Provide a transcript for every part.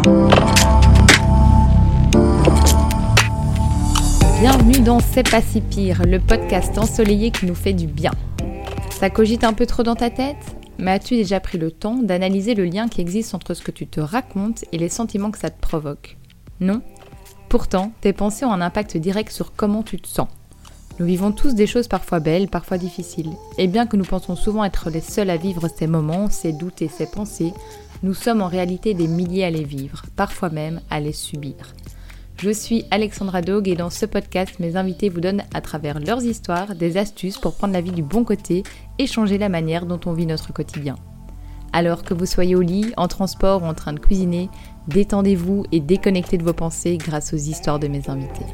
Bienvenue dans C'est pas si pire, le podcast ensoleillé qui nous fait du bien. Ça cogite un peu trop dans ta tête ? Mais as-tu déjà pris le temps d'analyser le lien qui existe entre ce que tu te racontes et les sentiments que ça te provoque ? Non ? Pourtant, tes pensées ont un impact direct sur comment tu te sens. Nous vivons tous des choses parfois belles, parfois difficiles. Et bien que nous pensons souvent être les seuls à vivre ces moments, ces doutes et ces pensées, nous sommes en réalité des milliers à les vivre, parfois même à les subir. Je suis Alexandra Daug et dans ce podcast, mes invités vous donnent à travers leurs histoires des astuces pour prendre la vie du bon côté et changer la manière dont on vit notre quotidien. Alors que vous soyez au lit, en transport ou en train de cuisiner, détendez-vous et déconnectez de vos pensées grâce aux histoires de mes invités.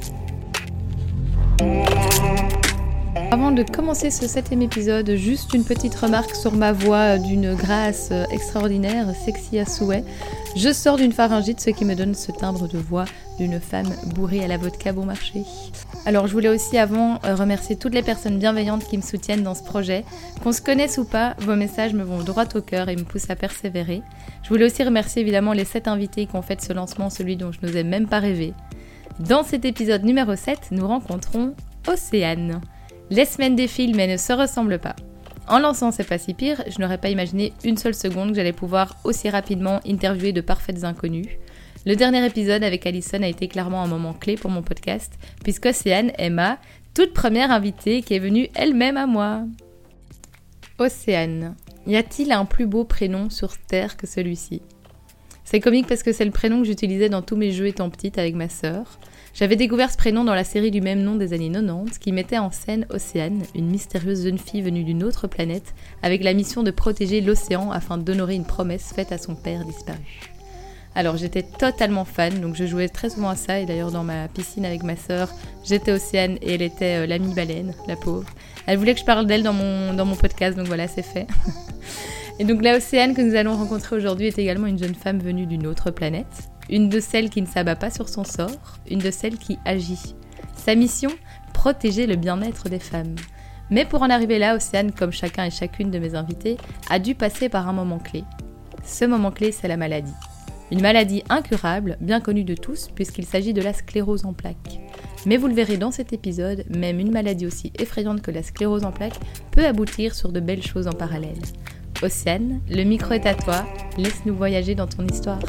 Avant de commencer ce 7e épisode, juste une petite remarque sur ma voix d'une grâce extraordinaire, sexy à souhait. Je sors d'une pharyngite, ce qui me donne ce timbre de voix d'une femme bourrée à la vodka bon marché. Alors je voulais aussi avant remercier toutes les personnes bienveillantes qui me soutiennent dans ce projet. Qu'on se connaisse ou pas, vos messages me vont droit au cœur et me poussent à persévérer. Je voulais aussi remercier évidemment les 7 invités qui ont fait ce lancement, celui dont je n'osais même pas rêver. Dans cet épisode numéro 7, nous rencontrons Océane. Les semaines défilent mais ne se ressemblent pas. En lançant C'est pas si pire, je n'aurais pas imaginé une seule seconde que j'allais pouvoir aussi rapidement interviewer de parfaites inconnues. Le dernier épisode avec Alison a été clairement un moment clé pour mon podcast, puisqu'Océane est ma toute première invitée qui est venue elle-même à moi. Océane, y a-t-il un plus beau prénom sur Terre que celui-ci ? C'est comique parce que c'est le prénom que j'utilisais dans tous mes jeux étant petite avec ma sœur. J'avais découvert ce prénom dans la série du même nom des années 90 qui mettait en scène Océane, une mystérieuse jeune fille venue d'une autre planète avec la mission de protéger l'océan afin d'honorer une promesse faite à son père disparu. Alors j'étais totalement fan, donc je jouais très souvent à ça et d'ailleurs dans ma piscine avec ma sœur, j'étais Océane et elle était l'amie baleine, la pauvre. Elle voulait que je parle d'elle dans mon podcast, donc voilà, c'est fait. Et donc la Océane que nous allons rencontrer aujourd'hui est également une jeune femme venue d'une autre planète, une de celles qui ne s'abat pas sur son sort, une de celles qui agit. Sa mission ? Protéger le bien-être des femmes. Mais pour en arriver là, Océane, comme chacun et chacune de mes invités, a dû passer par un moment clé. Ce moment clé, c'est la maladie. Une maladie incurable, bien connue de tous, puisqu'il s'agit de la sclérose en plaques. Mais vous le verrez dans cet épisode, même une maladie aussi effrayante que la sclérose en plaques peut aboutir sur de belles choses en parallèle. Océane, le micro est à toi, laisse-nous voyager dans ton histoire.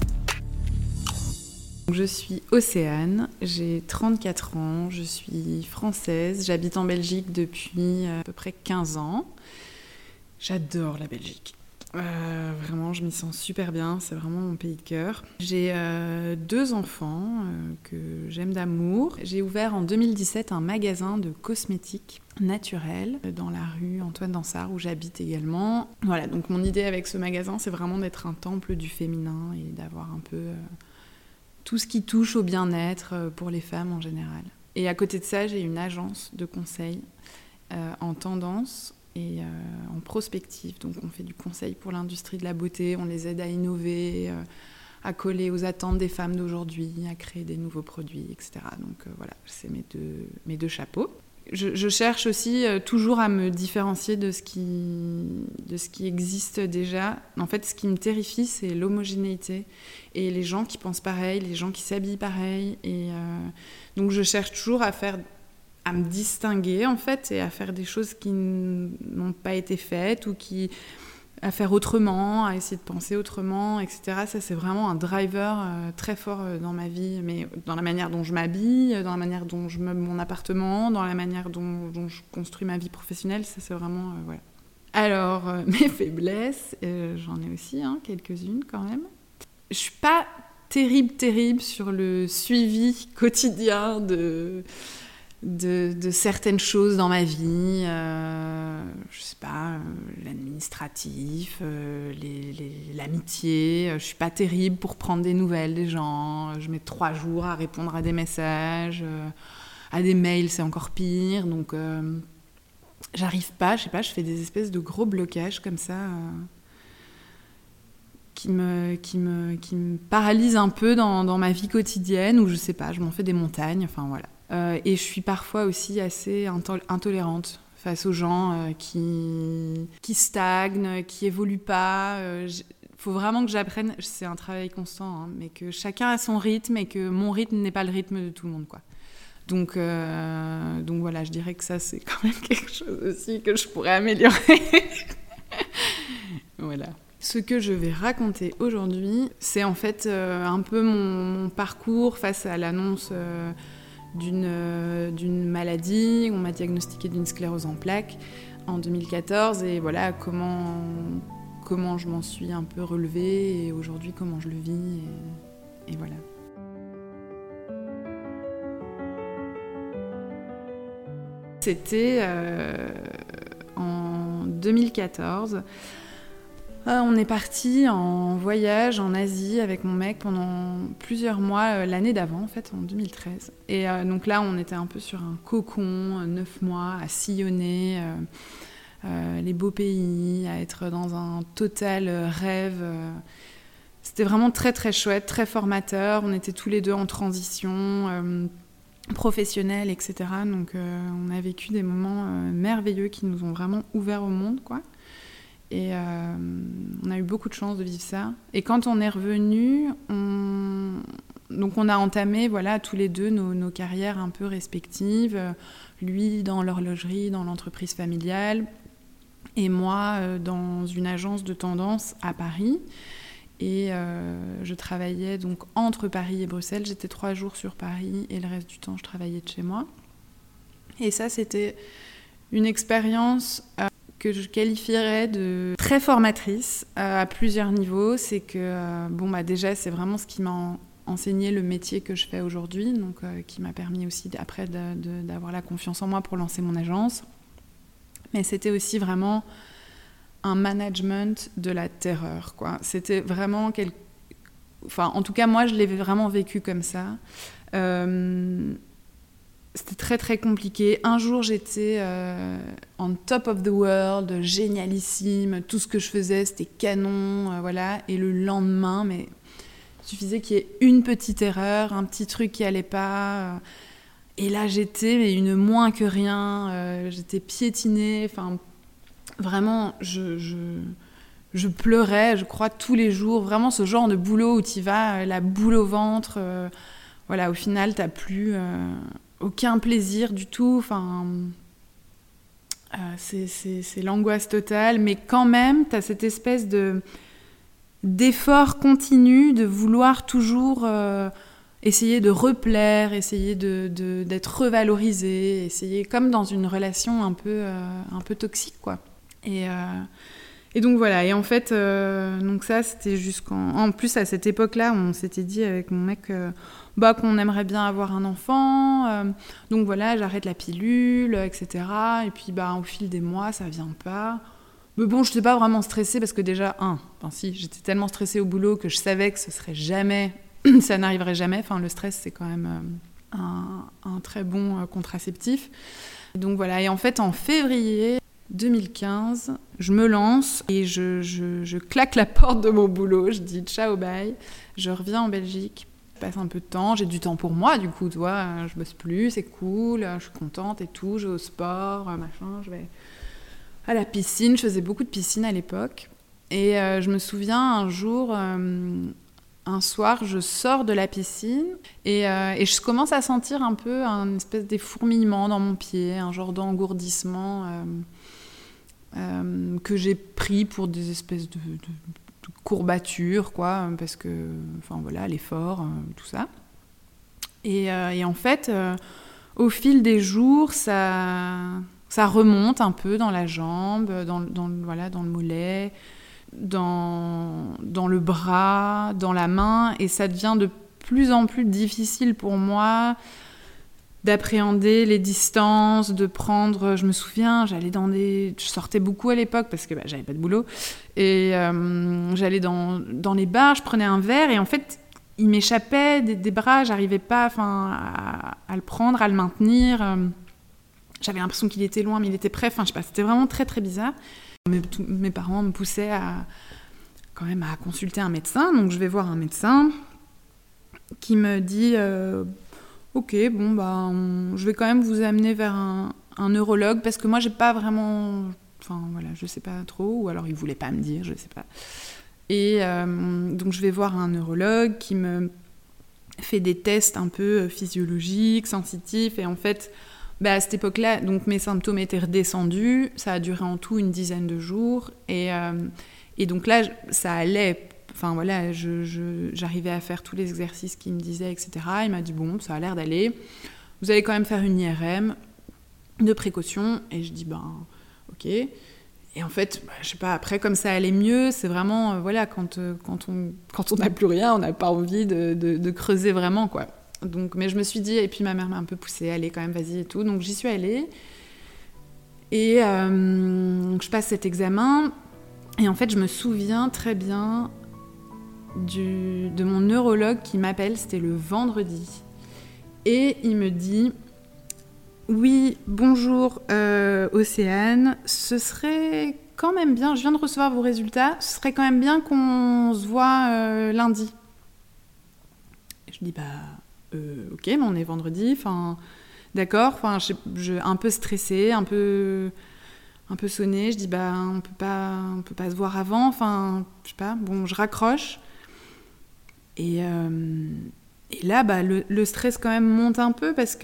Je suis Océane, j'ai 34 ans, je suis française, j'habite en Belgique depuis à peu près 15 ans. J'adore la Belgique. Vraiment, je m'y sens super bien, c'est vraiment mon pays de cœur. J'ai 2 enfants que j'aime d'amour. J'ai ouvert en 2017 un magasin de cosmétiques naturels dans la rue Antoine Dansart où j'habite également. Voilà, donc mon idée avec ce magasin, c'est vraiment d'être un temple du féminin et d'avoir un peu tout ce qui touche au bien-être pour les femmes en général. Et à côté de ça, j'ai une agence de conseil en tendance et en prospective. Donc on fait du conseil pour l'industrie de la beauté, on les aide à innover, à coller aux attentes des femmes d'aujourd'hui, à créer des nouveaux produits, etc. Donc voilà, c'est mes deux chapeaux. Je cherche aussi toujours à me différencier de ce qui existe déjà. En fait, ce qui me terrifie, c'est l'homogénéité et les gens qui pensent pareil, les gens qui s'habillent pareil. Et donc je cherche toujours à me distinguer en fait et à faire des choses qui n'ont pas été faites ou à faire autrement, à essayer de penser autrement, etc. Ça, c'est vraiment un driver très fort dans ma vie, mais dans la manière dont je m'habille, dans la manière dont je meuble mon appartement, dans la manière dont je construis ma vie professionnelle. Ça, c'est vraiment... voilà. Alors, mes faiblesses, j'en ai aussi quelques-unes quand même. Je suis pas terrible sur le suivi quotidien de certaines choses dans ma vie, je sais pas, l'administratif, l'amitié. Je suis pas terrible pour prendre des nouvelles des gens. Je mets 3 jours à répondre à des messages, à des mails, c'est encore pire. Donc, j'arrive pas, je sais pas, je fais des espèces de gros blocages comme ça qui me paralysent un peu dans ma vie quotidienne, ou je sais pas, je m'en fais des montagnes, enfin voilà. Et je suis parfois aussi assez intolérante face aux gens qui stagnent, qui évoluent pas. faut vraiment que j'apprenne, c'est un travail constant, hein, mais que chacun a son rythme et que mon rythme n'est pas le rythme de tout le monde, quoi. Donc voilà, je dirais que ça, c'est quand même quelque chose aussi que je pourrais améliorer. Voilà. Ce que je vais raconter aujourd'hui, c'est en fait un peu mon parcours face à l'annonce d'une maladie. On m'a diagnostiqué d'une sclérose en plaques en 2014 et voilà comment je m'en suis un peu relevée et aujourd'hui comment je le vis et voilà. C'était en 2014. On est parti en voyage en Asie avec mon mec pendant plusieurs mois, l'année d'avant en fait, en 2013. Et donc là, on était un peu sur un cocon, 9 mois, à sillonner les beaux pays, à être dans un total rêve. C'était vraiment très très chouette, très formateur. On était tous les deux en transition professionnelle, etc. Donc on a vécu des moments merveilleux qui nous ont vraiment ouverts au monde, quoi. Et on a eu beaucoup de chance de vivre ça. Et quand on est revenu, donc on a entamé voilà, tous les deux nos carrières un peu respectives. Lui dans l'horlogerie, dans l'entreprise familiale, et moi dans une agence de tendance à Paris. Et je travaillais donc entre Paris et Bruxelles. J'étais 3 jours sur Paris et le reste du temps, je travaillais de chez moi. Et ça, c'était une expérience que je qualifierais de très formatrice à plusieurs niveaux. C'est que, déjà, c'est vraiment ce qui m'a enseigné le métier que je fais aujourd'hui, donc qui m'a permis aussi après d'avoir la confiance en moi pour lancer mon agence. Mais c'était aussi vraiment un management de la terreur, quoi. C'était vraiment en tout cas, moi, je l'ai vraiment vécu comme ça. C'était très, très compliqué. Un jour, j'étais on top of the world, génialissime. Tout ce que je faisais, c'était canon, voilà. Et le lendemain, mais il suffisait qu'il y ait une petite erreur, un petit truc qui allait pas. Et là, j'étais une moins que rien. J'étais piétinée. Enfin, vraiment, je pleurais, je crois, tous les jours. Vraiment, ce genre de boulot où tu vas, la boule au ventre. Voilà, au final, t'as plus aucun plaisir du tout. Enfin, c'est l'angoisse totale. Mais quand même, t'as cette espèce d'effort continu de vouloir toujours essayer de replaire, essayer d'être revalorisé, essayer comme dans une relation un peu toxique, quoi. Et donc voilà, et en fait, donc ça c'était en plus à cette époque-là, on s'était dit avec mon mec qu'on aimerait bien avoir un enfant, donc voilà, j'arrête la pilule, etc. Et puis au fil des mois, ça vient pas. Mais bon, je n'étais pas vraiment stressée parce que déjà, j'étais tellement stressée au boulot que je savais que ce serait jamais, ça n'arriverait jamais. Enfin, le stress, c'est quand même un très bon contraceptif. Donc voilà, et en fait, en février 2015, je me lance et je claque la porte de mon boulot, je dis ciao, bye, je reviens en Belgique, je passe un peu de temps, j'ai du temps pour moi du coup, tu vois, je bosse plus, c'est cool, je suis contente et tout, je vais au sport, machin, je vais à la piscine, je faisais beaucoup de piscine à l'époque, et je me souviens un jour, un soir, je sors de la piscine et je commence à sentir un peu un espèce d'effourmillement dans mon pied, un genre d'engourdissement que j'ai pris pour des espèces de courbatures, quoi, parce que, enfin voilà, l'effort, tout ça. Et en fait, au fil des jours, ça remonte un peu dans la jambe, dans le mollet, dans le bras, dans la main, et ça devient de plus en plus difficile pour moi d'appréhender les distances, de prendre... Je me souviens, je sortais beaucoup à l'époque parce que j'avais pas de boulot, et j'allais dans les bars, je prenais un verre, et en fait, il m'échappait des bras, j'arrivais pas à le prendre, à le maintenir. J'avais l'impression qu'il était loin, mais il était près, je sais pas, c'était vraiment très très bizarre. Mes parents me poussaient quand même à consulter un médecin, donc je vais voir un médecin qui me dit ok, je vais quand même vous amener vers un neurologue, parce que moi j'ai pas vraiment, je sais pas trop, ou alors il voulait pas me dire, je sais pas. Et donc je vais voir un neurologue qui me fait des tests un peu physiologiques, sensitifs, et en fait, à cette époque-là, donc mes symptômes étaient redescendus, ça a duré en tout une dizaine de jours, et donc là, ça allait, enfin voilà, j'arrivais à faire tous les exercices qu'il me disait, etc. Il m'a dit, bon, ça a l'air d'aller, vous allez quand même faire une IRM de précaution, et je dis, ok. Et en fait, je sais pas, après, comme ça allait mieux, c'est vraiment, voilà, quand on n'a plus rien, on n'a pas envie de creuser vraiment, quoi. Donc, mais je me suis dit, et puis ma mère m'a un peu poussée, allez, quand même, vas-y et tout. Donc, j'y suis allée. Et je passe cet examen. Et en fait, je me souviens très bien de mon neurologue qui m'appelle, c'était le vendredi. Et il me dit... Oui, bonjour Océane, ce serait quand même bien, je viens de recevoir vos résultats, ce serait quand même bien qu'on se voit lundi. Et je dis ok, mais on est vendredi, enfin d'accord, enfin je un peu stressée, un peu sonnée, je dis on peut pas se voir avant, enfin je sais pas, bon je raccroche et là le stress quand même monte un peu parce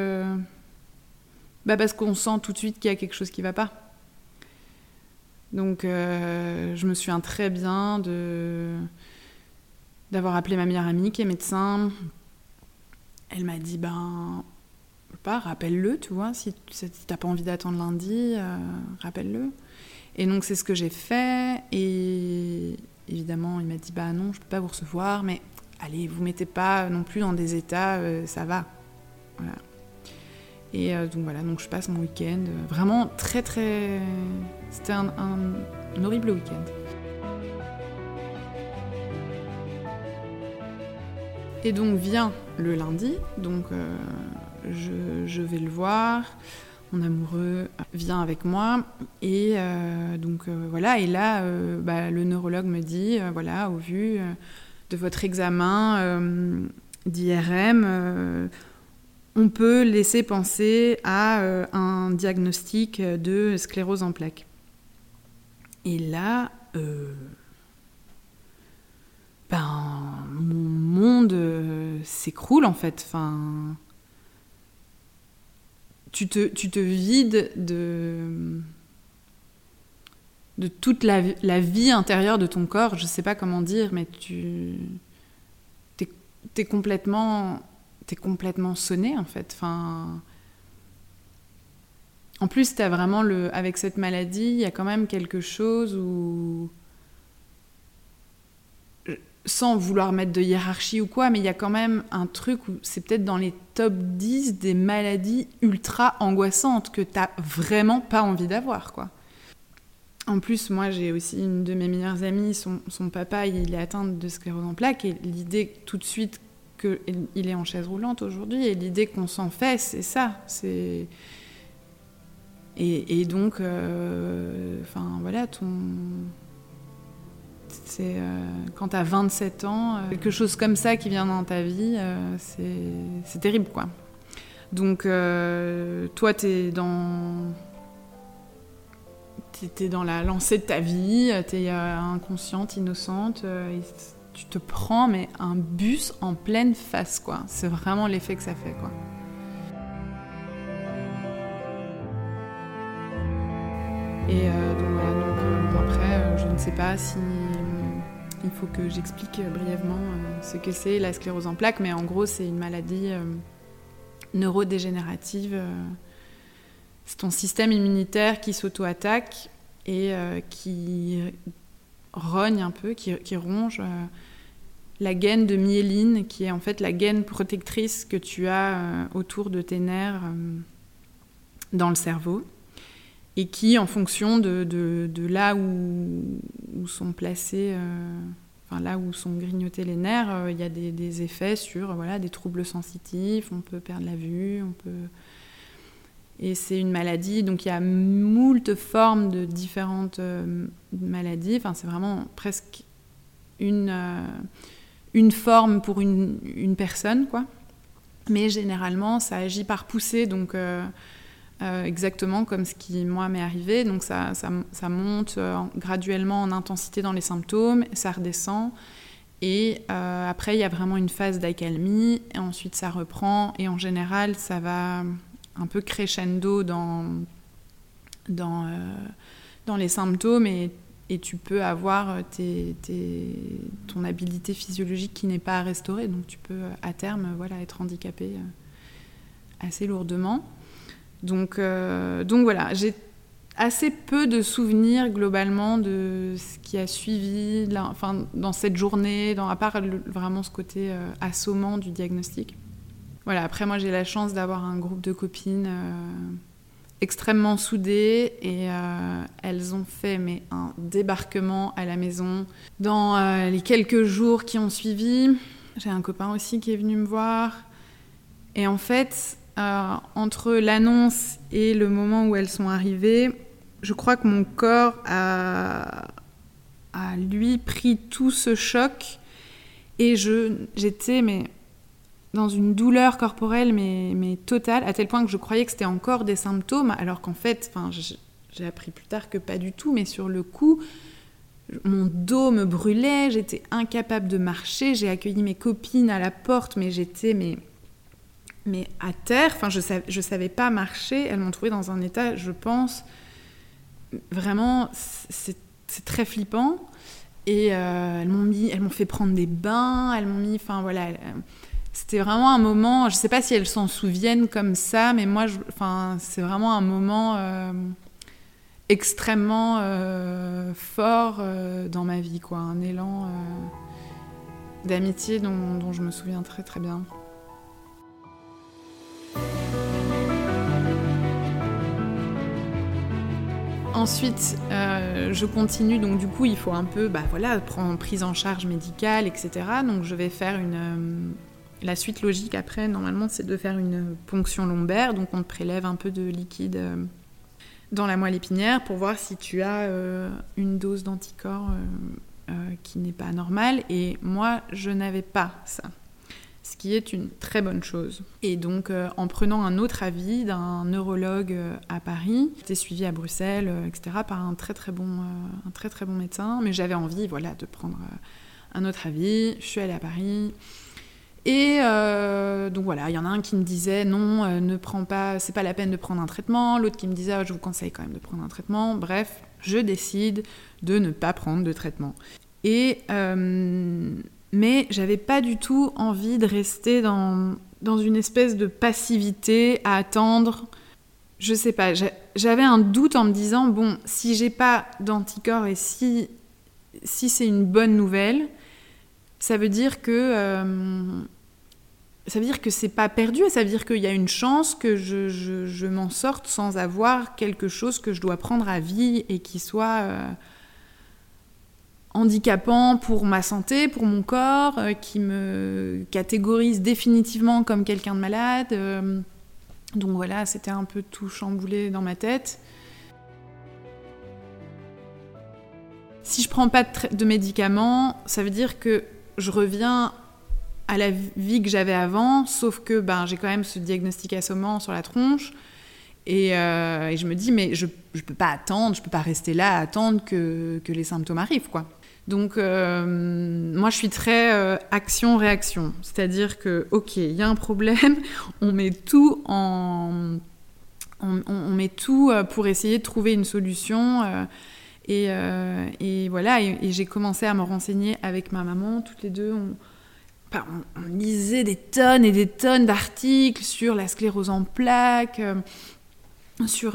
qu'on sent tout de suite qu'il y a quelque chose qui ne va pas. Donc, je me souviens très bien d'avoir appelé ma meilleure amie qui est médecin. Elle m'a dit, rappelle-le, tu vois, si tu n'as pas envie d'attendre lundi, rappelle-le. Et donc, c'est ce que j'ai fait. Et évidemment, il m'a dit, non, je ne peux pas vous recevoir, mais allez, vous ne mettez pas non plus dans des états, ça va. Voilà. Et donc voilà, donc je passe mon week-end vraiment très très... C'était un horrible week-end. Et donc vient le lundi, donc je vais le voir, mon amoureux vient avec moi, et donc voilà, et là le neurologue me dit, voilà, au vu de votre examen d'IRM, on peut laisser penser à un diagnostic de sclérose en plaques. Et là, mon monde s'écroule en fait. Enfin, tu te vides de toute la vie intérieure de ton corps. Je sais pas comment dire, mais t'es complètement sonné en fait. Enfin, en plus, t'as vraiment avec cette maladie, il y a quand même quelque chose où, sans vouloir mettre de hiérarchie ou quoi, mais il y a quand même un truc où c'est peut-être dans les top 10 des maladies ultra angoissantes que t'as vraiment pas envie d'avoir, quoi. En plus, moi, j'ai aussi une de mes meilleures amies, son papa, il est atteint de sclérose en plaques, et l'idée tout de suite qu'il est en chaise roulante aujourd'hui, et l'idée qu'on s'en fait, c'est ça. Et donc, voilà, quand t'as 27 ans, quelque chose comme ça qui vient dans ta vie, c'est terrible, quoi. Donc, toi, t'es dans la lancée de ta vie, t'es inconsciente, innocente, et tu te prends mais un bus en pleine face, quoi. C'est vraiment l'effet que ça fait, quoi. Et après, je ne sais pas si il faut que j'explique brièvement ce que c'est la sclérose en plaques, mais en gros, c'est une maladie neurodégénérative. C'est ton système immunitaire qui s'auto-attaque et qui rogne un peu, qui ronge la gaine de myéline, qui est en fait la gaine protectrice que tu as autour de tes nerfs dans le cerveau, et qui, en fonction de là où sont placés, là où sont grignotés les nerfs, il y a des effets sur des troubles sensitifs, on peut perdre la vue, Et c'est une maladie, donc il y a moult formes de différentes maladies. Enfin, c'est vraiment presque une forme pour une personne, quoi. Mais généralement, ça agit par poussée, donc exactement comme ce qui, moi, m'est arrivé. Donc ça monte graduellement en intensité dans les symptômes, ça redescend. Et après, il y a vraiment une phase d'accalmie, et ensuite ça reprend. Et en général, ça va un peu crescendo dans les symptômes, et tu peux avoir ton habilité physiologique qui n'est pas à restaurer. Donc tu peux, à terme, être handicapé assez lourdement. Donc voilà, j'ai assez peu de souvenirs globalement de ce qui a suivi dans cette journée, à part vraiment ce côté assommant du diagnostic. Voilà, après moi j'ai la chance d'avoir un groupe de copines extrêmement soudées, et elles ont fait un débarquement à la maison dans les quelques jours qui ont suivi. J'ai un copain aussi qui est venu me voir, et en fait entre l'annonce et le moment où elles sont arrivées, je crois que mon corps a lui pris tout ce choc, et j'étais dans une douleur corporelle mais totale, à tel point que je croyais que c'était encore des symptômes, alors qu'en fait, j'ai appris plus tard que pas du tout, mais sur le coup, mon dos me brûlait, j'étais incapable de marcher, j'ai accueilli mes copines à la porte, mais j'étais mais à terre, je savais pas marcher. Elles m'ont trouvée dans un état, je pense, vraiment, c'est très flippant. Et elles m'ont fait prendre des bains, elles m'ont mis, c'était vraiment un moment, je sais pas si elles s'en souviennent comme ça, mais moi, c'est vraiment un moment extrêmement fort dans ma vie, quoi. Un élan d'amitié dont je me souviens très très bien. Ensuite, je continue, donc du coup, il faut un peu prendre prise en charge médicale, etc. Donc je vais faire la suite logique après, normalement, c'est de faire une ponction lombaire. Donc on te prélève un peu de liquide dans la moelle épinière pour voir si tu as une dose d'anticorps qui n'est pas normale. Et moi, je n'avais pas ça, ce qui est une très bonne chose. Et donc, en prenant un autre avis d'un neurologue à Paris, j'étais suivie à Bruxelles, etc., par un très très bon médecin, mais j'avais envie, de prendre un autre avis. Je suis allée à Paris, et donc voilà, il y en a un qui me disait non, ne prends pas, c'est pas la peine de prendre un traitement, l'autre qui me disait je vous conseille quand même de prendre un traitement. Bref, je décide de ne pas prendre de traitement. Et mais j'avais pas du tout envie de rester dans une espèce de passivité à attendre. Je sais pas, j'avais un doute en me disant, bon, si j'ai pas d'anticorps et si c'est une bonne nouvelle, ça veut dire que c'est pas perdu, ça veut dire qu'il y a une chance que je m'en sorte sans avoir quelque chose que je dois prendre à vie et qui soit handicapant pour ma santé, pour mon corps, qui me catégorise définitivement comme quelqu'un de malade. Donc voilà, c'était un peu tout chamboulé dans ma tête. Si je prends pas de médicaments, ça veut dire que je reviens à la vie que j'avais avant, sauf que j'ai quand même ce diagnostic assommant sur la tronche. Et je me dis, mais je peux pas attendre, je peux pas rester là à attendre que les symptômes arrivent, quoi. Donc, moi, je suis très action-réaction. C'est-à-dire que, ok, il y a un problème, on met tout pour essayer de trouver une solution. Et voilà, et j'ai commencé à me renseigner avec ma maman. Toutes les deux, on lisait des tonnes et des tonnes d'articles sur la sclérose en plaques, sur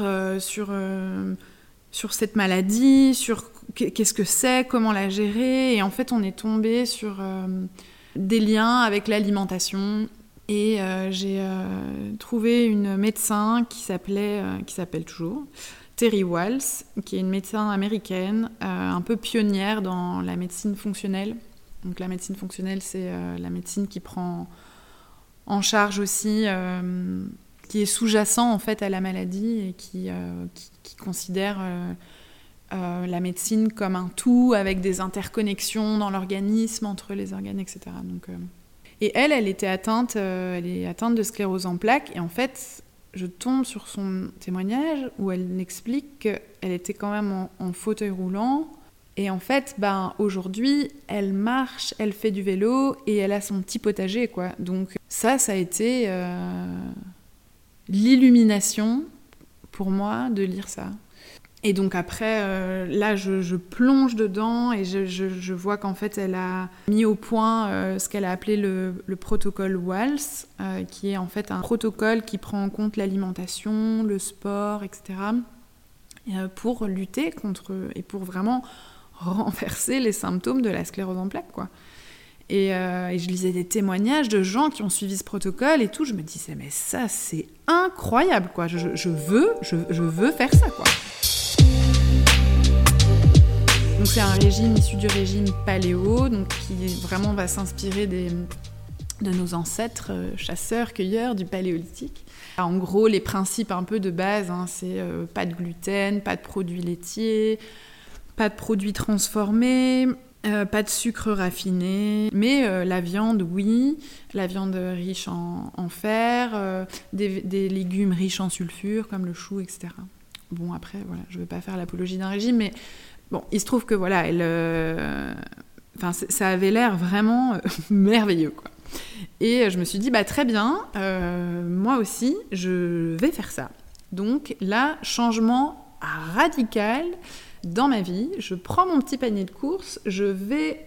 cette maladie, sur qu'est-ce que c'est, comment la gérer. Et en fait, on est tombé sur des liens avec l'alimentation. Et j'ai trouvé une médecin qui s'appelle toujours Terry Wahls, qui est une médecin américaine, un peu pionnière dans la médecine fonctionnelle. Donc la médecine fonctionnelle, c'est la médecine qui prend en charge aussi, qui est sous-jacent en fait à la maladie et qui considère la médecine comme un tout avec des interconnexions dans l'organisme, entre les organes, etc. Donc, et elle est atteinte de sclérose en plaques. Et en fait, je tombe sur son témoignage où elle explique qu'elle était quand même en fauteuil roulant. Et en fait, aujourd'hui, elle marche, elle fait du vélo et elle a son petit potager, quoi. Donc ça a été l'illumination pour moi de lire ça. Et donc après, là, je plonge dedans et je vois qu'en fait, elle a mis au point ce qu'elle a appelé le protocole WALS, qui est en fait un protocole qui prend en compte l'alimentation, le sport, etc., pour lutter contre et pour vraiment renverser les symptômes de la sclérose en plaques, quoi. Et je lisais des témoignages de gens qui ont suivi ce protocole et tout. Je me disais, mais ça, c'est incroyable, quoi. Je veux faire ça, quoi. Donc c'est un régime issu du régime paléo, donc qui vraiment va s'inspirer de nos ancêtres chasseurs-cueilleurs du paléolithique. Alors, en gros, les principes un peu de base, c'est pas de gluten, pas de produits laitiers, pas de produits transformés, pas de sucre raffiné, mais la viande, oui, la viande riche en fer, des légumes riches en sulfure, comme le chou, etc. Bon, après, voilà, je ne veux pas faire l'apologie d'un régime, mais bon, il se trouve que voilà, ça avait l'air vraiment merveilleux, quoi. Et je me suis dit, très bien, moi aussi, je vais faire ça. Donc là, changement radical dans ma vie. Je prends mon petit panier de courses, je vais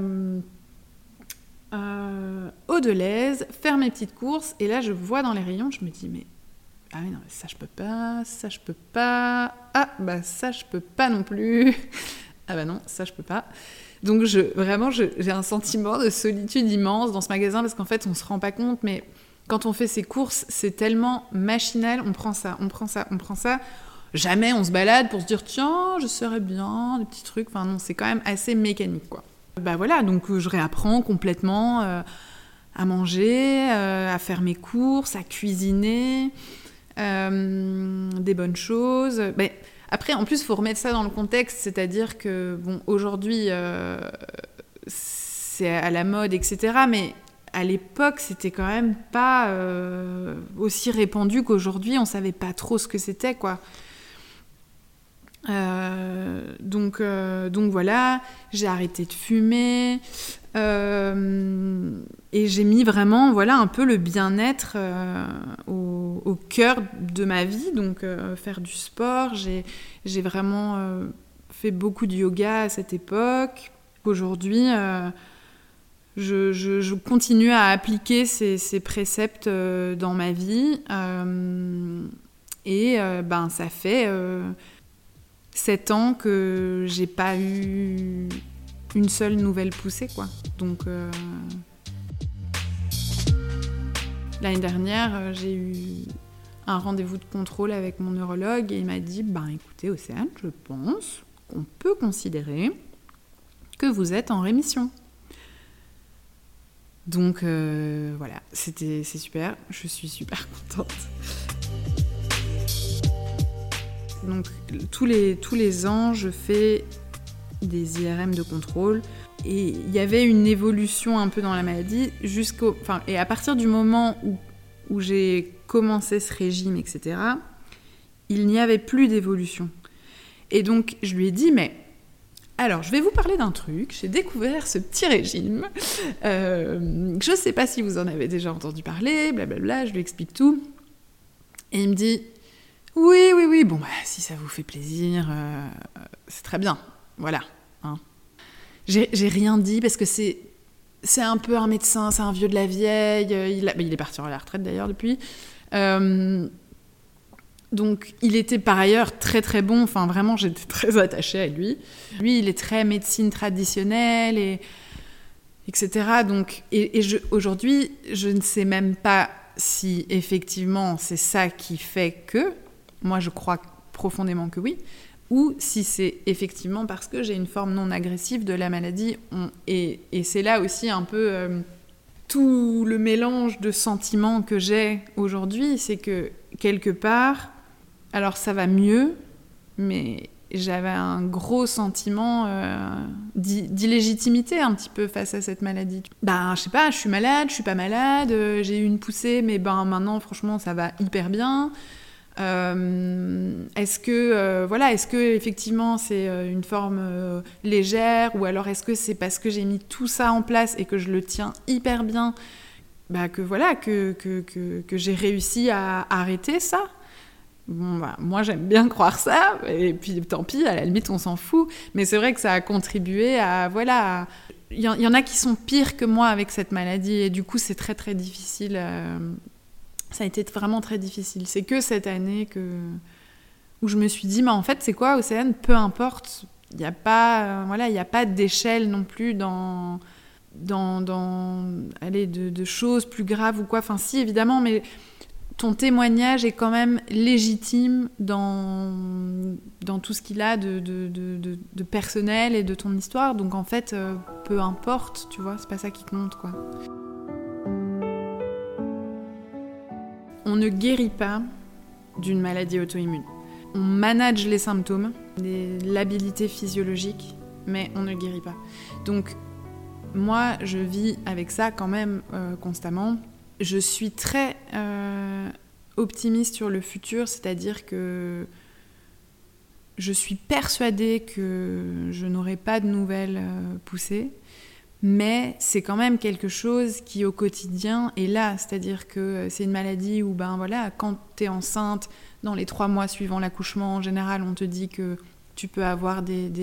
au Delhaize faire mes petites courses, et là, je vois dans les rayons, je me dis, mais ah oui, non, mais ça je peux pas, ça je peux pas, ça je peux pas non plus, non, ça je peux pas. Donc j'ai un sentiment de solitude immense dans ce magasin, parce qu'en fait on se rend pas compte, mais quand on fait ses courses, c'est tellement machinal, on prend ça, jamais on se balade pour se dire tiens, je serais bien, des petits trucs, enfin non, c'est quand même assez mécanique, quoi. Voilà, donc je réapprends complètement à manger, à faire mes courses, à cuisiner, des bonnes choses. Après, en plus, il faut remettre ça dans le contexte, c'est-à-dire que, bon, aujourd'hui, c'est à la mode, etc., mais à l'époque, c'était quand même pas aussi répandu qu'aujourd'hui, on savait pas trop ce que c'était, quoi. Donc voilà, j'ai arrêté de fumer, et j'ai mis vraiment, voilà, un peu le bien-être au cœur de ma vie. Donc faire du sport, j'ai vraiment fait beaucoup de yoga à cette époque. Aujourd'hui, je continue à appliquer ces préceptes dans ma vie, et ça fait 7 ans que j'ai pas eu une seule nouvelle poussée, quoi. Donc l'année dernière, j'ai eu un rendez-vous de contrôle avec mon neurologue et il m'a dit écoutez Océane, je pense qu'on peut considérer que vous êtes en rémission. Donc voilà, c'est super, je suis super contente. Donc tous les ans, je fais des IRM de contrôle et il y avait une évolution un peu dans la maladie et à partir du moment où j'ai commencé ce régime, etc., il n'y avait plus d'évolution. Et donc je lui ai dit alors, je vais vous parler d'un truc. J'ai découvert ce petit régime. Je ne sais pas si vous en avez déjà entendu parler, blablabla. Je lui explique tout. Et il me dit oui. Bon, si ça vous fait plaisir, c'est très bien. Voilà. Hein. J'ai rien dit parce que c'est un peu un médecin, c'est un vieux de la vieille. Il est parti à la retraite d'ailleurs depuis. Donc, il était par ailleurs très très bon. Enfin, vraiment, j'étais très attachée à lui. Lui, il est très médecine traditionnelle, etc. Donc, aujourd'hui, je ne sais même pas si effectivement c'est ça qui fait que. Moi, je crois profondément que oui. Ou si c'est effectivement parce que j'ai une forme non agressive de la maladie. Et c'est là aussi un peu tout le mélange de sentiments que j'ai aujourd'hui. C'est que quelque part, alors ça va mieux, mais j'avais un gros sentiment d'illégitimité un petit peu face à cette maladie. Je sais pas, je suis malade, je suis pas malade, j'ai eu une poussée, mais maintenant, franchement, ça va hyper bien. Est-ce que effectivement c'est une forme légère, ou alors est-ce que c'est parce que j'ai mis tout ça en place et que je le tiens hyper bien, que j'ai réussi à arrêter ça? Moi j'aime bien croire ça, et puis tant pis, à la limite on s'en fout, mais c'est vrai que ça a contribué à il y en a qui sont pires que moi avec cette maladie, et du coup c'est très très difficile. Ça a été vraiment très difficile. C'est que cette année où je me suis dit, mais en fait, c'est quoi, Océane ? Peu importe. Il n'y a pas, il y a pas d'échelle non plus de choses plus graves ou quoi. Enfin, si, évidemment, mais ton témoignage est quand même légitime dans tout ce qu'il a de personnel et de ton histoire. Donc, en fait, peu importe, tu vois, c'est pas ça qui compte, quoi. On ne guérit pas d'une maladie auto-immune. On manage les symptômes, les labilités physiologiques, mais on ne guérit pas. Donc, moi, je vis avec ça quand même constamment. Je suis très optimiste sur le futur, c'est-à-dire que je suis persuadée que je n'aurai pas de nouvelles poussées. Mais c'est quand même quelque chose qui, au quotidien, est là. C'est-à-dire que c'est une maladie où, quand t'es enceinte, dans les 3 mois suivant l'accouchement, en général, on te dit que tu peux avoir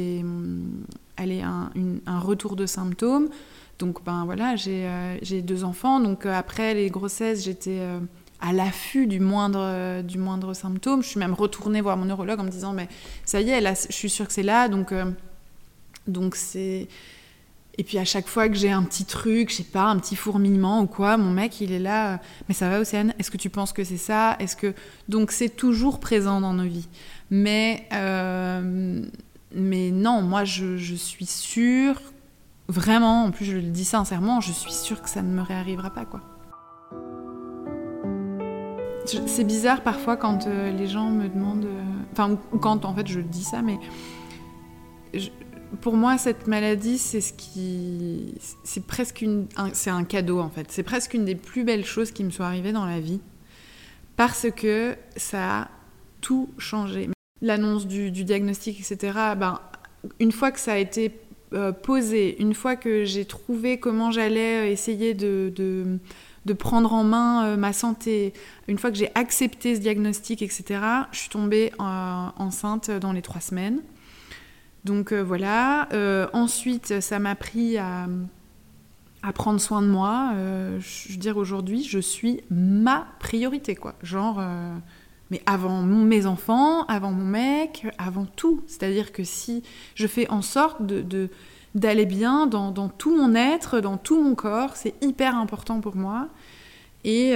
un retour de symptômes. Donc, j'ai 2 enfants. Donc, après les grossesses, j'étais à l'affût du moindre symptôme. Je suis même retournée voir mon neurologue en me disant, mais ça y est, là, je suis sûre que c'est là. Donc c'est... Et puis à chaque fois que j'ai un petit truc, je sais pas, un petit fourmillement ou quoi, mon mec il est là, mais ça va Océane, est-ce que tu penses que c'est ça ? Donc c'est toujours présent dans nos vies. Mais non, moi je suis sûre, vraiment, en plus je le dis sincèrement, je suis sûre que ça ne me réarrivera pas, quoi. C'est bizarre parfois quand les gens me demandent, ou quand en fait je dis ça, mais... Pour moi, cette maladie, c'est presque c'est un cadeau, en fait. C'est presque une des plus belles choses qui me sont arrivées dans la vie, parce que ça a tout changé. L'annonce du diagnostic, etc., une fois que ça a été posé, une fois que j'ai trouvé comment j'allais essayer de prendre en main ma santé, une fois que j'ai accepté ce diagnostic, etc., je suis tombée enceinte dans les 3 semaines. Donc ensuite, ça m'a pris à prendre soin de moi. Je veux dire, aujourd'hui, je suis ma priorité, quoi. Mais avant mes enfants, avant mon mec, avant tout. C'est-à-dire que si je fais en sorte d'aller bien dans tout mon être, dans tout mon corps, c'est hyper important pour moi. Et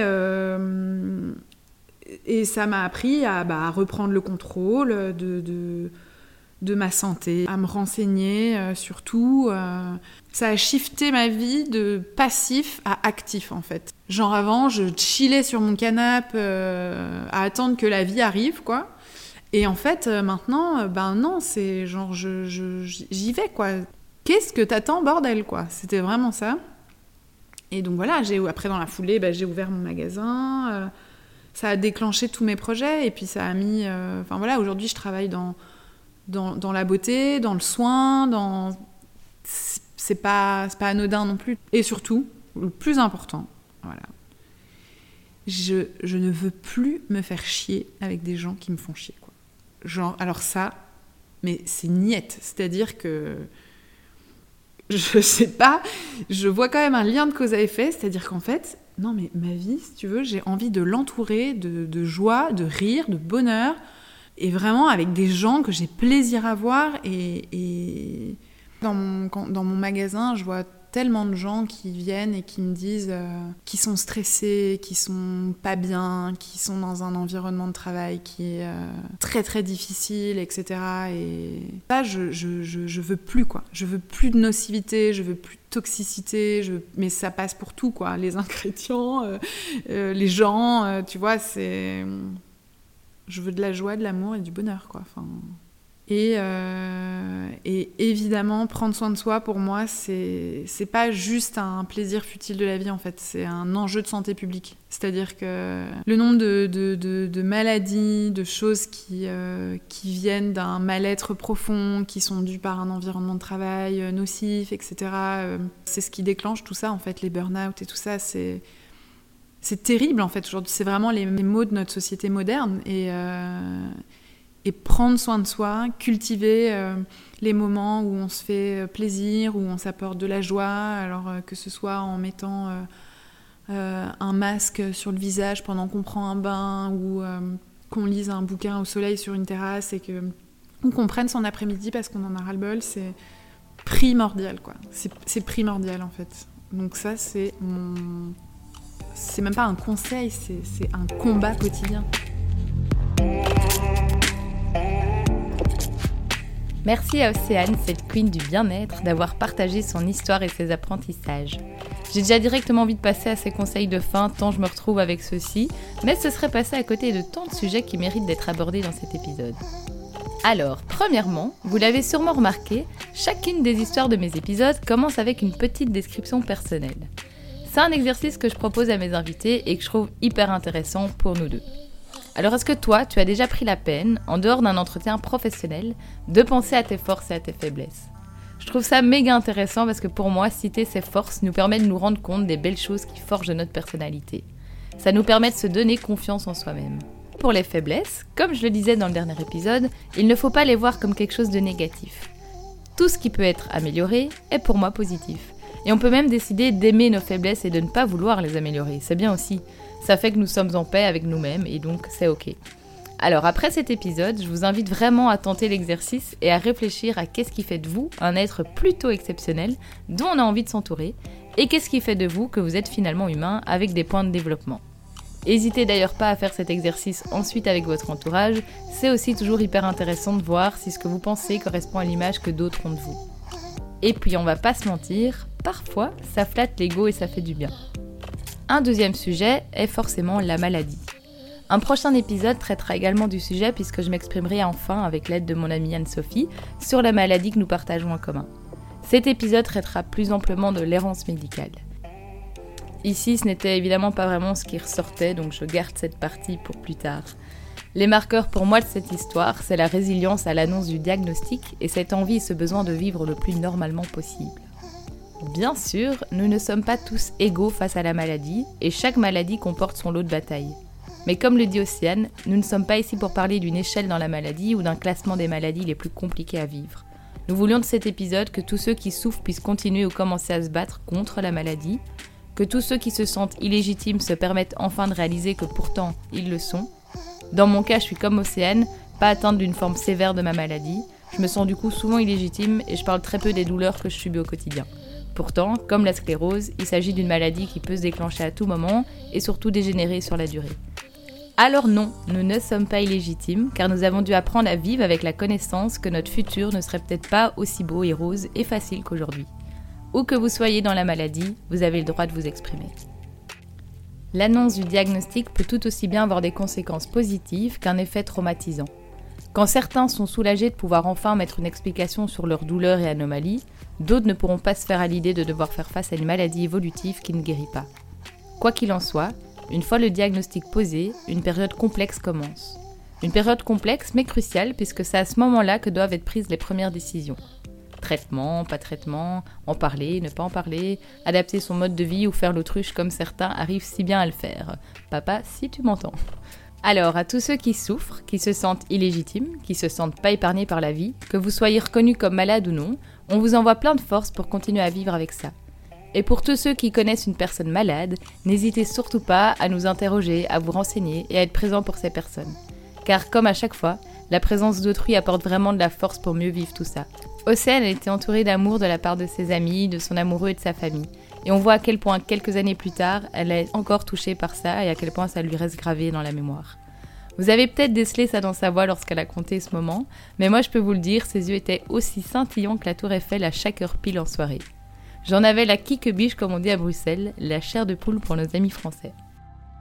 ça m'a appris à reprendre le contrôle de ma santé, à me renseigner sur tout. Ça a shifté ma vie de passif à actif, en fait. Genre avant, je chillais sur mon canapé à attendre que la vie arrive, quoi. Et en fait, maintenant, non, c'est genre, j'y vais, quoi. Qu'est-ce que t'attends, bordel, quoi. C'était vraiment ça. Et donc voilà, après, dans la foulée, j'ai ouvert mon magasin. Ça a déclenché tous mes projets. Et puis ça a mis... aujourd'hui, je travaille dans la beauté, dans le soin, c'est pas anodin non plus. Et surtout, le plus important, je ne veux plus me faire chier avec des gens qui me font chier, quoi. Genre, alors ça, mais c'est niette. C'est-à-dire que, je sais pas, je vois quand même un lien de cause à effet, c'est-à-dire qu'en fait, non mais ma vie, si tu veux, j'ai envie de l'entourer de joie, de rire, de bonheur, et vraiment avec des gens que j'ai plaisir à voir. Et dans mon magasin, je vois tellement de gens qui viennent et qui me disent qu'ils sont stressés, qu'ils sont pas bien, qu'ils sont dans un environnement de travail qui est très très difficile, etc. Et ça, je veux plus, quoi. Je veux plus de nocivité, je veux plus de toxicité, mais ça passe pour tout, quoi. Les ingrédients, les gens, tu vois, c'est... Je veux de la joie, de l'amour et du bonheur, quoi. Enfin, Et évidemment, prendre soin de soi, pour moi, c'est pas juste un plaisir futile de la vie, en fait. C'est un enjeu de santé publique. C'est-à-dire que le nombre de maladies, de choses qui viennent d'un mal-être profond, qui sont dues par un environnement de travail nocif, etc., c'est ce qui déclenche tout ça, en fait, les burn-out et tout ça. C'est terrible, en fait, aujourd'hui. C'est vraiment les maux de notre société moderne. Et prendre soin de soi, cultiver les moments où on se fait plaisir, où on s'apporte de la joie, alors que ce soit en mettant un masque sur le visage pendant qu'on prend un bain, ou qu'on lise un bouquin au soleil sur une terrasse, ou qu'on prenne son après-midi parce qu'on en a ras-le-bol, c'est primordial, quoi. C'est primordial, en fait. Donc ça, c'est même pas un conseil, c'est un combat quotidien. Merci à Océane, cette queen du bien-être, d'avoir partagé son histoire et ses apprentissages. J'ai déjà directement envie de passer à ses conseils de fin, tant je me retrouve avec ceux-ci, mais ce serait passé à côté de tant de sujets qui méritent d'être abordés dans cet épisode. Alors, premièrement, vous l'avez sûrement remarqué, chacune des histoires de mes épisodes commence avec une petite description personnelle. C'est un exercice que je propose à mes invités et que je trouve hyper intéressant pour nous deux. Alors est-ce que toi, tu as déjà pris la peine, en dehors d'un entretien professionnel, de penser à tes forces et à tes faiblesses ? Je trouve ça méga intéressant parce que pour moi, citer ses forces nous permet de nous rendre compte des belles choses qui forgent notre personnalité. Ça nous permet de se donner confiance en soi-même. Pour les faiblesses, comme je le disais dans le dernier épisode, il ne faut pas les voir comme quelque chose de négatif. Tout ce qui peut être amélioré est pour moi positif. Et on peut même décider d'aimer nos faiblesses et de ne pas vouloir les améliorer, c'est bien aussi. Ça fait que nous sommes en paix avec nous-mêmes et donc c'est ok. Alors après cet épisode, je vous invite vraiment à tenter l'exercice et à réfléchir à qu'est-ce qui fait de vous un être plutôt exceptionnel dont on a envie de s'entourer et qu'est-ce qui fait de vous que vous êtes finalement humain avec des points de développement. N'hésitez d'ailleurs pas à faire cet exercice ensuite avec votre entourage, c'est aussi toujours hyper intéressant de voir si ce que vous pensez correspond à l'image que d'autres ont de vous. Et puis on va pas se mentir, parfois ça flatte l'ego et ça fait du bien. Un deuxième sujet est forcément la maladie. Un prochain épisode traitera également du sujet puisque je m'exprimerai enfin avec l'aide de mon amie Anne-Sophie sur la maladie que nous partageons en commun. Cet épisode traitera plus amplement de l'errance médicale. Ici, ce n'était évidemment pas vraiment ce qui ressortait, donc je garde cette partie pour plus tard. Les marqueurs pour moi de cette histoire, c'est la résilience à l'annonce du diagnostic et cette envie et ce besoin de vivre le plus normalement possible. Bien sûr, nous ne sommes pas tous égaux face à la maladie, et chaque maladie comporte son lot de batailles. Mais comme le dit Océane, nous ne sommes pas ici pour parler d'une échelle dans la maladie ou d'un classement des maladies les plus compliquées à vivre. Nous voulions de cet épisode que tous ceux qui souffrent puissent continuer ou commencer à se battre contre la maladie, que tous ceux qui se sentent illégitimes se permettent enfin de réaliser que pourtant ils le sont. Dans mon cas, je suis comme Océane, pas atteinte d'une forme sévère de ma maladie, je me sens du coup souvent illégitime et je parle très peu des douleurs que je subis au quotidien. Pourtant, comme la sclérose, il s'agit d'une maladie qui peut se déclencher à tout moment et surtout dégénérer sur la durée. Alors non, nous ne sommes pas illégitimes car nous avons dû apprendre à vivre avec la connaissance que notre futur ne serait peut-être pas aussi beau et rose et facile qu'aujourd'hui. Où que vous soyez dans la maladie, vous avez le droit de vous exprimer. L'annonce du diagnostic peut tout aussi bien avoir des conséquences positives qu'un effet traumatisant. Quand certains sont soulagés de pouvoir enfin mettre une explication sur leurs douleurs et anomalies, d'autres ne pourront pas se faire à l'idée de devoir faire face à une maladie évolutive qui ne guérit pas. Quoi qu'il en soit, une fois le diagnostic posé, une période complexe commence. Une période complexe mais cruciale puisque c'est à ce moment-là que doivent être prises les premières décisions. Traitement, pas traitement, en parler, ne pas en parler, adapter son mode de vie ou faire l'autruche comme certains arrivent si bien à le faire. Papa, si tu m'entends. Alors, à tous ceux qui souffrent, qui se sentent illégitimes, qui se sentent pas épargnés par la vie, que vous soyez reconnus comme malade ou non, on vous envoie plein de force pour continuer à vivre avec ça. Et pour tous ceux qui connaissent une personne malade, n'hésitez surtout pas à nous interroger, à vous renseigner et à être présent pour ces personnes. Car comme à chaque fois, la présence d'autrui apporte vraiment de la force pour mieux vivre tout ça. Océane a été entourée d'amour de la part de ses amis, de son amoureux et de sa famille. Et on voit à quel point, quelques années plus tard, elle est encore touchée par ça et à quel point ça lui reste gravé dans la mémoire. Vous avez peut-être décelé ça dans sa voix lorsqu'elle a conté ce moment, mais moi je peux vous le dire, ses yeux étaient aussi scintillants que la tour Eiffel à chaque heure pile en soirée. J'en avais la quique-biche comme on dit à Bruxelles, la chair de poule pour nos amis français.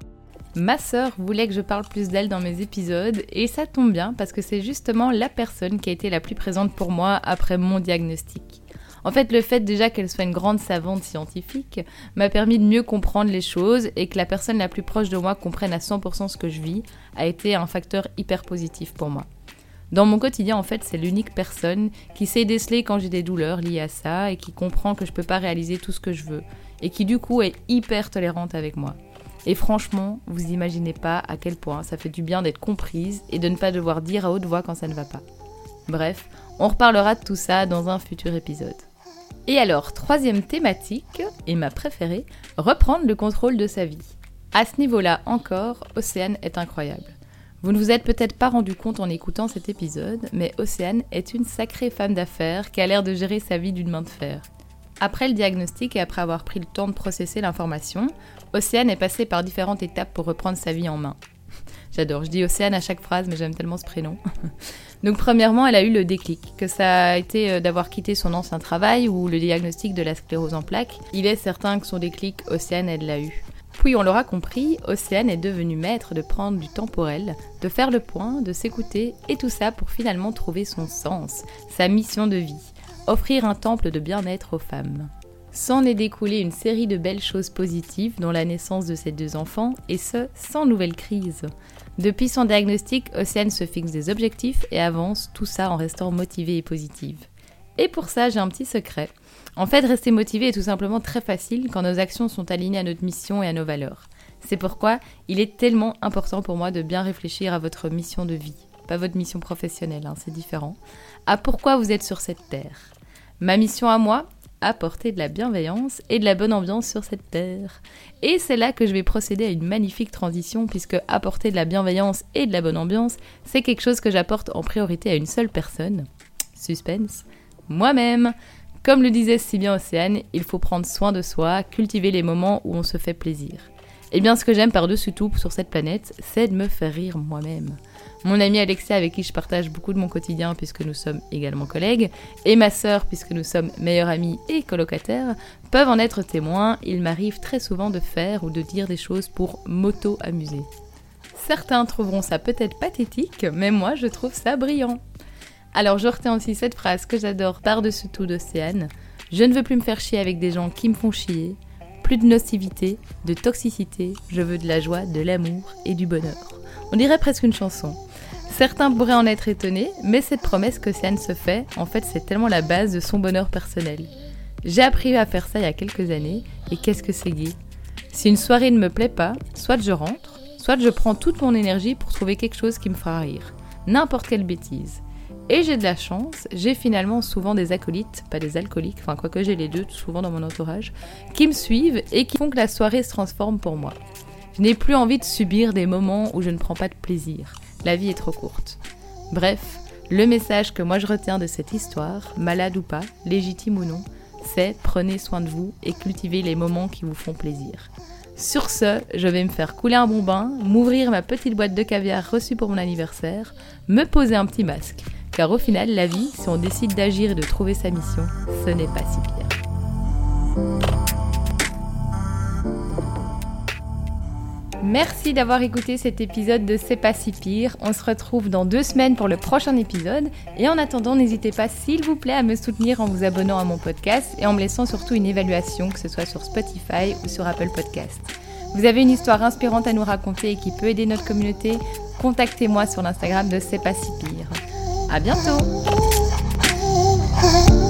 Ma sœur voulait que je parle plus d'elle dans mes épisodes et ça tombe bien parce que c'est justement la personne qui a été la plus présente pour moi après mon diagnostic. En fait, le fait déjà qu'elle soit une grande savante scientifique m'a permis de mieux comprendre les choses et que la personne la plus proche de moi comprenne à 100% ce que je vis a été un facteur hyper positif pour moi. Dans mon quotidien, en fait, c'est l'unique personne qui sait déceler quand j'ai des douleurs liées à ça et qui comprend que je peux pas réaliser tout ce que je veux et qui du coup est hyper tolérante avec moi. Et franchement, vous imaginez pas à quel point ça fait du bien d'être comprise et de ne pas devoir dire à haute voix quand ça ne va pas. Bref, on reparlera de tout ça dans un futur épisode. Et alors, troisième thématique, et ma préférée, reprendre le contrôle de sa vie. À ce niveau-là encore, Océane est incroyable. Vous ne vous êtes peut-être pas rendu compte en écoutant cet épisode, mais Océane est une sacrée femme d'affaires qui a l'air de gérer sa vie d'une main de fer. Après le diagnostic et après avoir pris le temps de processer l'information, Océane est passée par différentes étapes pour reprendre sa vie en main. J'adore, je dis Océane à chaque phrase, mais j'aime tellement ce prénom. Donc premièrement, elle a eu le déclic, que ça a été d'avoir quitté son ancien travail ou le diagnostic de la sclérose en plaques. Il est certain que son déclic, Océane, elle l'a eu. Puis on l'aura compris, Océane est devenue maître de prendre du temps pour elle, de faire le point, de s'écouter, et tout ça pour finalement trouver son sens, sa mission de vie, offrir un temple de bien-être aux femmes. S'en est découlé une série de belles choses positives, dont la naissance de ses 2 enfants, et ce, sans nouvelle crise. Depuis son diagnostic, Océane se fixe des objectifs et avance, tout ça en restant motivée et positive. Et pour ça, j'ai un petit secret. En fait, rester motivé est tout simplement très facile quand nos actions sont alignées à notre mission et à nos valeurs. C'est pourquoi il est tellement important pour moi de bien réfléchir à votre mission de vie. Pas votre mission professionnelle, c'est différent. À pourquoi vous êtes sur cette terre. Ma mission à moi ? Apporter de la bienveillance et de la bonne ambiance sur cette terre. Et c'est là que je vais procéder à une magnifique transition puisque apporter de la bienveillance et de la bonne ambiance, c'est quelque chose que j'apporte en priorité à une seule personne. Suspense. Moi-même. Comme le disait si bien Océane, il faut prendre soin de soi, cultiver les moments où on se fait plaisir. Et bien ce que j'aime par-dessus tout sur cette planète, c'est de me faire rire moi-même. Mon amie Alexia, avec qui je partage beaucoup de mon quotidien puisque nous sommes également collègues, et ma sœur, puisque nous sommes meilleures amies et colocataires, peuvent en être témoins. Il m'arrive très souvent de faire ou de dire des choses pour m'auto-amuser. Certains trouveront ça peut-être pathétique, mais moi je trouve ça brillant. Alors je retiens aussi cette phrase que j'adore par-dessus tout d'Océane. Je ne veux plus me faire chier avec des gens qui me font chier. Plus de nocivité, de toxicité, je veux de la joie, de l'amour et du bonheur. On dirait presque une chanson. Certains pourraient en être étonnés, mais cette promesse qu'Océane se fait, en fait, c'est tellement la base de son bonheur personnel. J'ai appris à faire ça il y a quelques années, et qu'est-ce que c'est gai. Si une soirée ne me plaît pas, soit je rentre, soit je prends toute mon énergie pour trouver quelque chose qui me fera rire. N'importe quelle bêtise. Et j'ai de la chance, j'ai finalement souvent des acolytes, pas des alcooliques, enfin quoique j'ai les deux souvent dans mon entourage, qui me suivent et qui font que la soirée se transforme pour moi. Je n'ai plus envie de subir des moments où je ne prends pas de plaisir. La vie est trop courte. Bref, le message que moi je retiens de cette histoire, malade ou pas, légitime ou non, c'est prenez soin de vous et cultivez les moments qui vous font plaisir. Sur ce, je vais me faire couler un bon bain, m'ouvrir ma petite boîte de caviar reçue pour mon anniversaire, me poser un petit masque. Car au final, la vie, si on décide d'agir et de trouver sa mission, ce n'est pas si pire. Merci d'avoir écouté cet épisode de C'est pas si pire. On se retrouve dans 2 semaines pour le prochain épisode. Et en attendant, n'hésitez pas, s'il vous plaît, à me soutenir en vous abonnant à mon podcast et en me laissant surtout une évaluation, que ce soit sur Spotify ou sur Apple Podcast. Vous avez une histoire inspirante à nous raconter et qui peut aider notre communauté ? Contactez-moi sur l'Instagram de C'est pas si pire. À bientôt!